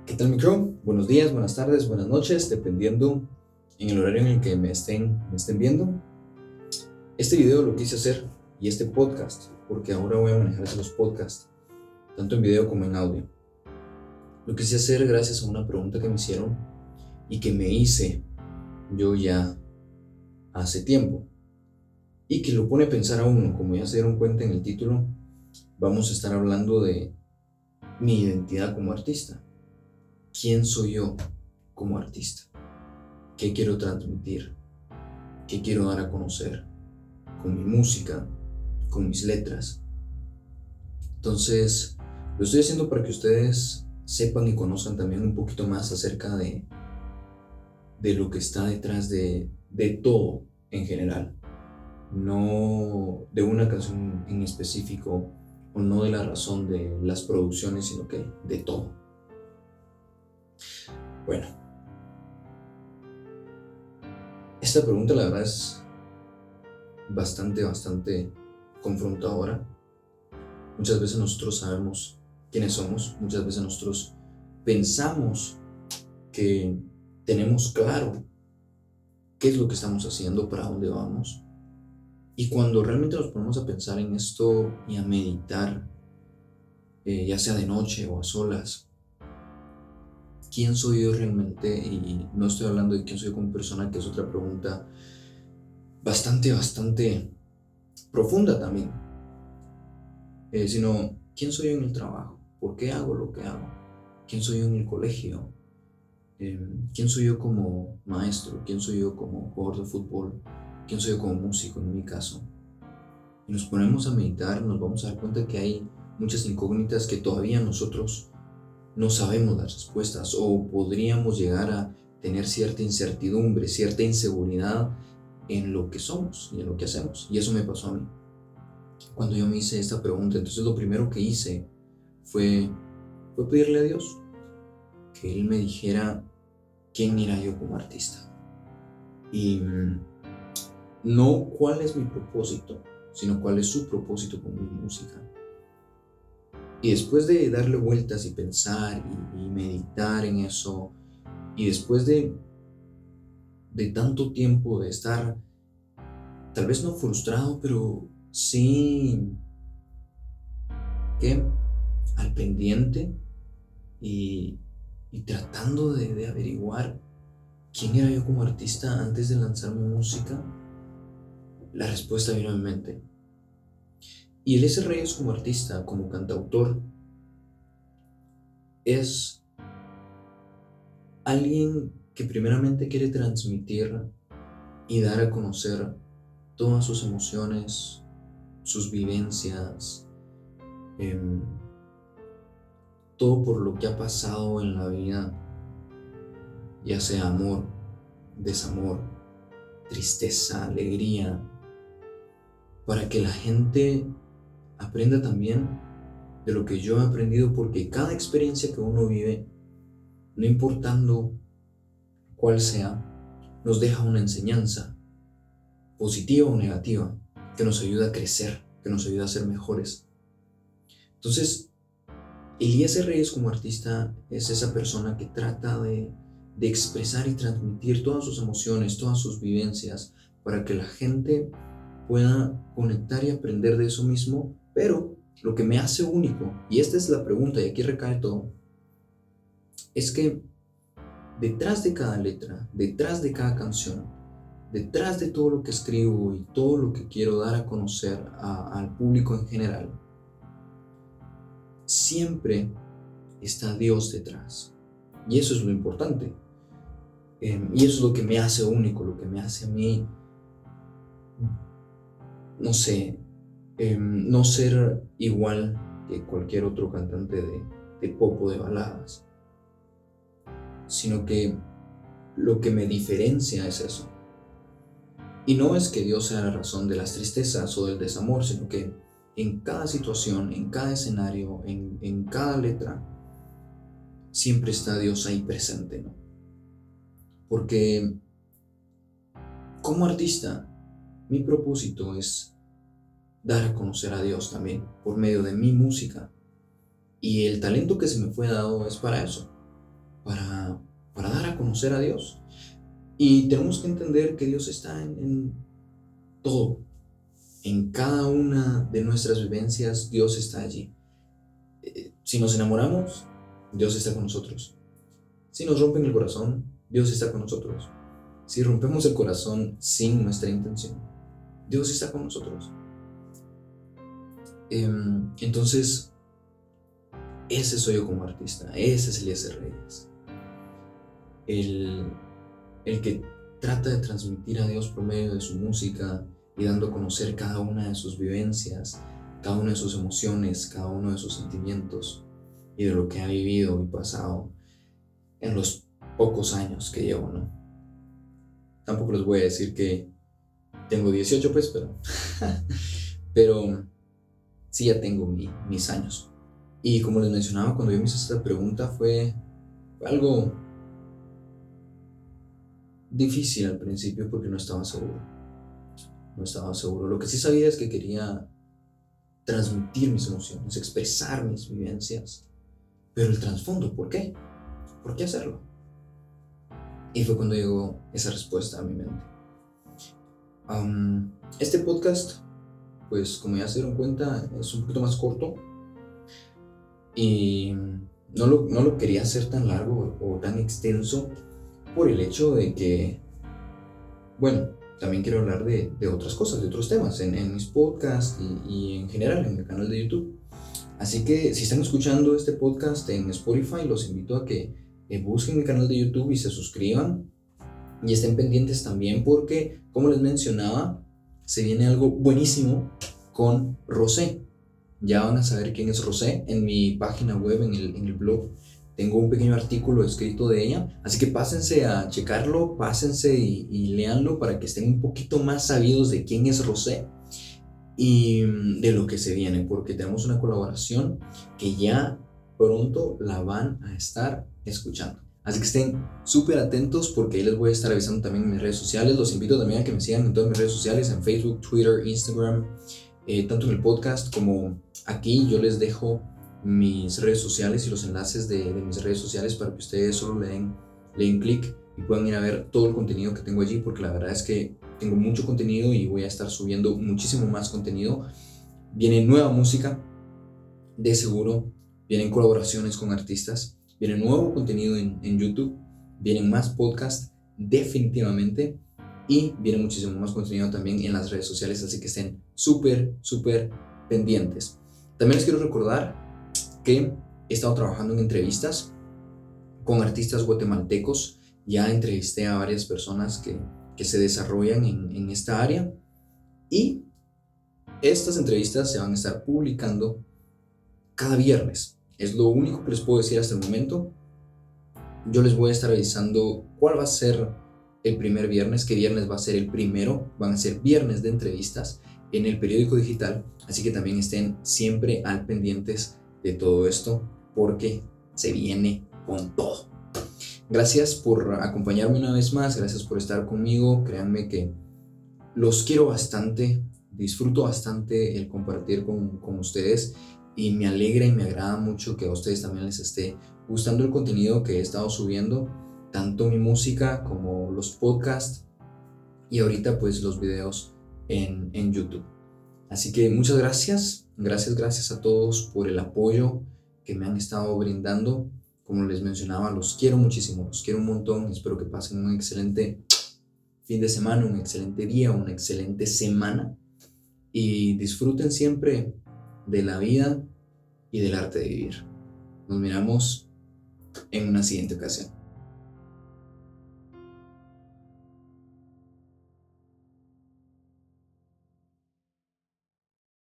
¿Qué tal, mi crew? Buenos días, buenas tardes, buenas noches, dependiendo en el horario en el que me estén viendo. Este video lo quise hacer y este podcast, porque ahora voy a manejar los podcasts, tanto en video como en audio. Lo quise hacer gracias a una pregunta que me hicieron y que me hice yo ya hace tiempo y que lo pone a pensar a uno. Como ya se dieron cuenta en el título, vamos a estar hablando de mi identidad como artista. ¿Quién soy yo como artista? ¿Qué quiero transmitir? ¿Qué quiero dar a conocer con mi música, con mis letras? Entonces, lo estoy haciendo para que ustedes sepan y conozcan también un poquito más acerca de lo que está detrás de todo en general. No de una canción en específico o no de la razón de las producciones, sino que de todo. Bueno, esta pregunta la verdad es bastante confrontadora. Muchas veces nosotros sabemos quiénes somos, muchas veces nosotros pensamos que tenemos claro qué es lo que estamos haciendo, para dónde vamos. Y cuando realmente nos ponemos a pensar en esto y a meditar, ya sea de noche o a solas, ¿quién soy yo realmente? Y no estoy hablando de quién soy yo como persona, que es otra pregunta bastante profunda también, sino quién soy yo en el trabajo, por qué hago lo que hago, quién soy yo en el colegio, quién soy yo como maestro, quién soy yo como jugador de fútbol, quién soy yo como músico en mi caso. Y nos ponemos a meditar, nos vamos a dar cuenta que hay muchas incógnitas que todavía nosotros no sabemos las respuestas, o podríamos llegar a tener cierta incertidumbre, cierta inseguridad en lo que somos y en lo que hacemos. Y eso me pasó a mí cuando yo me hice esta pregunta. Entonces lo primero que hice fue pedirle a Dios que Él me dijera quién era yo como artista. Y no cuál es mi propósito, sino cuál es su propósito con mi música. Y después de darle vueltas y pensar y meditar en eso, y después de tanto tiempo de estar, tal vez no frustrado, pero sí que al pendiente y, y tratando de averiguar quién era yo como artista antes de lanzar mi música, la respuesta vino a mi mente. Y Eliezer Reyes como artista, como cantautor, es alguien que primeramente quiere transmitir y dar a conocer todas sus emociones, sus vivencias, em, todo por lo que ha pasado en la vida, ya sea amor, desamor, tristeza, alegría, para que la gente aprenda también de lo que yo he aprendido, porque cada experiencia que uno vive, no importando cuál sea, nos deja una enseñanza, positiva o negativa, que nos ayuda a crecer, que nos ayuda a ser mejores. Entonces, Eliezer Reyes como artista es esa persona que trata de expresar y transmitir todas sus emociones, todas sus vivencias, para que la gente pueda conectar y aprender de eso mismo. Pero lo que me hace único, y esta es la pregunta y aquí recae todo, es que detrás de cada letra, detrás de cada canción, detrás de todo lo que escribo y todo lo que quiero dar a conocer al público en general, siempre está Dios detrás. Y eso es lo importante. Y eso es lo que me hace único, lo que me hace a mí, no sé, no ser igual que cualquier otro cantante de pop o de baladas, sino que lo que me diferencia es eso. Y no es que Dios sea la razón de las tristezas o del desamor, sino que en cada situación, en cada escenario, en cada letra, siempre está Dios ahí presente, ¿no? Porque como artista, mi propósito es dar a conocer a Dios también por medio de mi música. Y el talento que se me fue dado es para eso, para, para dar a conocer a Dios. Y tenemos que entender que Dios está en todo. En cada una de nuestras vivencias, Dios está allí. Si nos enamoramos, Dios está con nosotros. Si nos rompen el corazón, Dios está con nosotros. Si rompemos el corazón sin nuestra intención, Dios está con nosotros. Entonces, ese soy yo como artista. Ese es Eliezer Reyes. El que trata de transmitir a Dios por medio de su música y dando a conocer cada una de sus vivencias, cada una de sus emociones, cada uno de sus sentimientos y de lo que ha vivido y pasado en los pocos años que llevo, ¿no? Tampoco les voy a decir que tengo 18, pues, pero sí ya tengo mis años. Y como les mencionaba, cuando yo me hice esta pregunta fue algo difícil al principio porque no estaba seguro. Lo que sí sabía es que quería transmitir mis emociones, expresar mis vivencias, pero el trasfondo, ¿por qué? ¿Por qué hacerlo? Y fue cuando llegó esa respuesta a mi mente. Este podcast, pues como ya se dieron cuenta, es un poquito más corto y no lo quería hacer tan largo o tan extenso por el hecho de que, bueno, también quiero hablar de otras cosas, de otros temas en mis podcasts y en general en mi canal de YouTube. Así que si están escuchando este podcast en Spotify, los invito a que busquen mi canal de YouTube y se suscriban y estén pendientes también porque, como les mencionaba, se viene algo buenísimo con Rosé. Ya van a saber quién es Rosé. En mi página web, en el blog, tengo un pequeño artículo escrito de ella, así que pásense a checarlo, pásense y léanlo para que estén un poquito más sabidos de quién es Rosé y de lo que se viene, porque tenemos una colaboración que ya pronto la van a estar escuchando. Así que estén súper atentos porque ahí les voy a estar avisando también en mis redes sociales. Los invito también a que me sigan en todas mis redes sociales, en Facebook, Twitter, Instagram, tanto en el podcast como aquí. Yo les dejo mis redes sociales y los enlaces de mis redes sociales para que ustedes solo le den clic y puedan ir a ver todo el contenido que tengo allí, porque la verdad es que tengo mucho contenido y voy a estar subiendo muchísimo más contenido. Viene nueva música, de seguro, vienen colaboraciones con artistas, viene nuevo contenido en YouTube, vienen más podcasts definitivamente y viene muchísimo más contenido también en las redes sociales, así que estén súper pendientes. También les quiero recordar que he estado trabajando en entrevistas con artistas guatemaltecos. Ya entrevisté a varias personas que se desarrollan en esta área y estas entrevistas se van a estar publicando cada viernes. Es lo único que les puedo decir hasta el momento. Yo les voy a estar avisando cuál va a ser el primer viernes, qué viernes va a ser el primero. Van a ser viernes de entrevistas en el periódico digital, así que también estén siempre al pendientes de todo esto porque se viene con todo. Gracias por acompañarme una vez más, gracias por estar conmigo. Créanme que los quiero bastante, disfruto bastante el compartir con ustedes y me alegra y me agrada mucho que a ustedes también les esté gustando el contenido que he estado subiendo, tanto mi música como los podcasts y ahorita pues los videos en YouTube. Así que muchas gracias a todos por el apoyo que me han estado brindando. Como les mencionaba, los quiero muchísimo, los quiero un montón. Espero que pasen un excelente fin de semana, un excelente día, una excelente semana y disfruten siempre de la vida y del arte de vivir. Nos miramos en una siguiente ocasión.